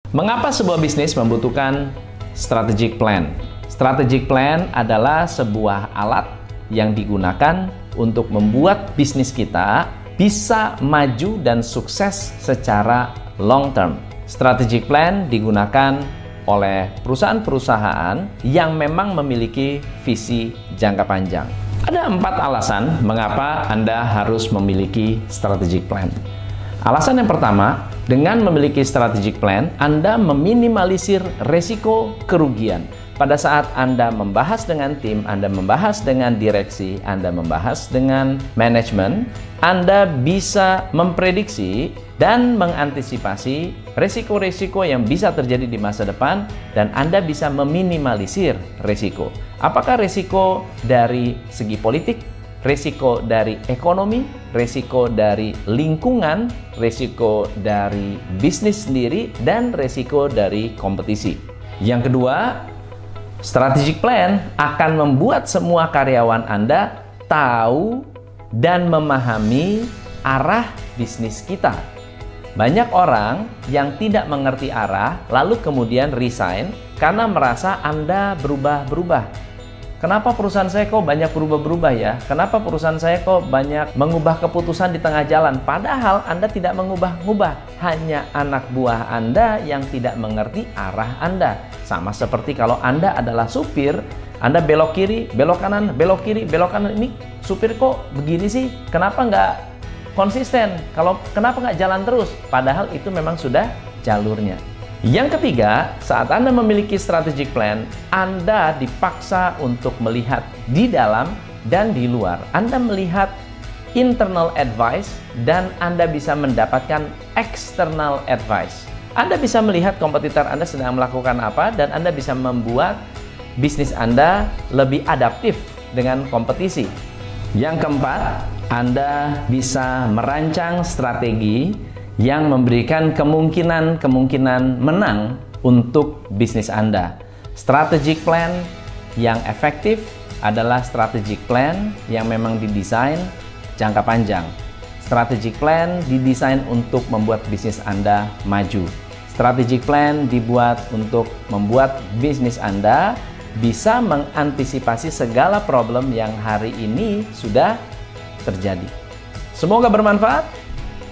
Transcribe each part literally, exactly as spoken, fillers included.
Mengapa sebuah bisnis membutuhkan strategic plan? Strategic plan adalah sebuah alat yang digunakan untuk membuat bisnis kita bisa maju dan sukses secara long term. Strategic plan digunakan oleh perusahaan-perusahaan yang memang memiliki visi jangka panjang. Ada empat alasan mengapa Anda harus memiliki strategic plan. Alasan yang pertama, dengan memiliki strategic plan, Anda meminimalisir resiko kerugian. Pada saat Anda membahas dengan tim, Anda membahas dengan direksi, Anda membahas dengan manajemen, Anda bisa memprediksi dan mengantisipasi resiko-resiko yang bisa terjadi di masa depan, dan Anda bisa meminimalisir resiko. Apakah resiko dari segi politik, resiko dari ekonomi, resiko dari lingkungan, resiko dari bisnis sendiri, dan resiko dari kompetisi. Yang kedua, strategic plan akan membuat semua karyawan Anda tahu dan memahami arah bisnis kita. Banyak orang yang tidak mengerti arah, lalu kemudian resign karena merasa Anda berubah-berubah. Kenapa perusahaan saya kok banyak berubah-berubah ya? Kenapa perusahaan saya kok banyak mengubah keputusan di tengah jalan? Padahal Anda tidak mengubah-ubah. Hanya anak buah Anda yang tidak mengerti arah Anda. Sama seperti kalau Anda adalah supir, Anda belok kiri, belok kanan, belok kiri, belok kanan. Ini supir kok begini sih? Kenapa nggak konsisten? Kalau kenapa nggak jalan terus? Padahal itu memang sudah jalurnya. Yang ketiga, saat Anda memiliki strategic plan, Anda dipaksa untuk melihat di dalam dan di luar. Anda melihat internal advice dan Anda bisa mendapatkan external advice. Anda bisa melihat kompetitor Anda sedang melakukan apa dan Anda bisa membuat bisnis Anda lebih adaptif dengan kompetisi. Yang keempat, Anda bisa merancang strategi yang memberikan kemungkinan-kemungkinan menang untuk bisnis Anda. Strategic plan yang efektif adalah strategic plan yang memang didesain jangka panjang. Strategic plan didesain untuk membuat bisnis Anda maju. Strategic plan dibuat untuk membuat bisnis Anda bisa mengantisipasi segala problem yang hari ini sudah terjadi. Semoga bermanfaat.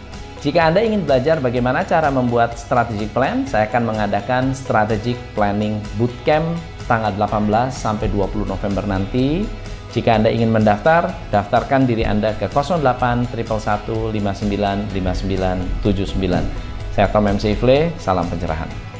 Jika Anda ingin belajar bagaimana cara membuat strategic plan, saya akan mengadakan Strategic Planning Bootcamp tanggal delapan belas sampai dua puluh November nanti. Jika Anda ingin mendaftar, daftarkan diri Anda ke nol delapan satu satu satu lima sembilan lima sembilan tujuh sembilan. Saya Tom M C Ifle, salam pencerahan.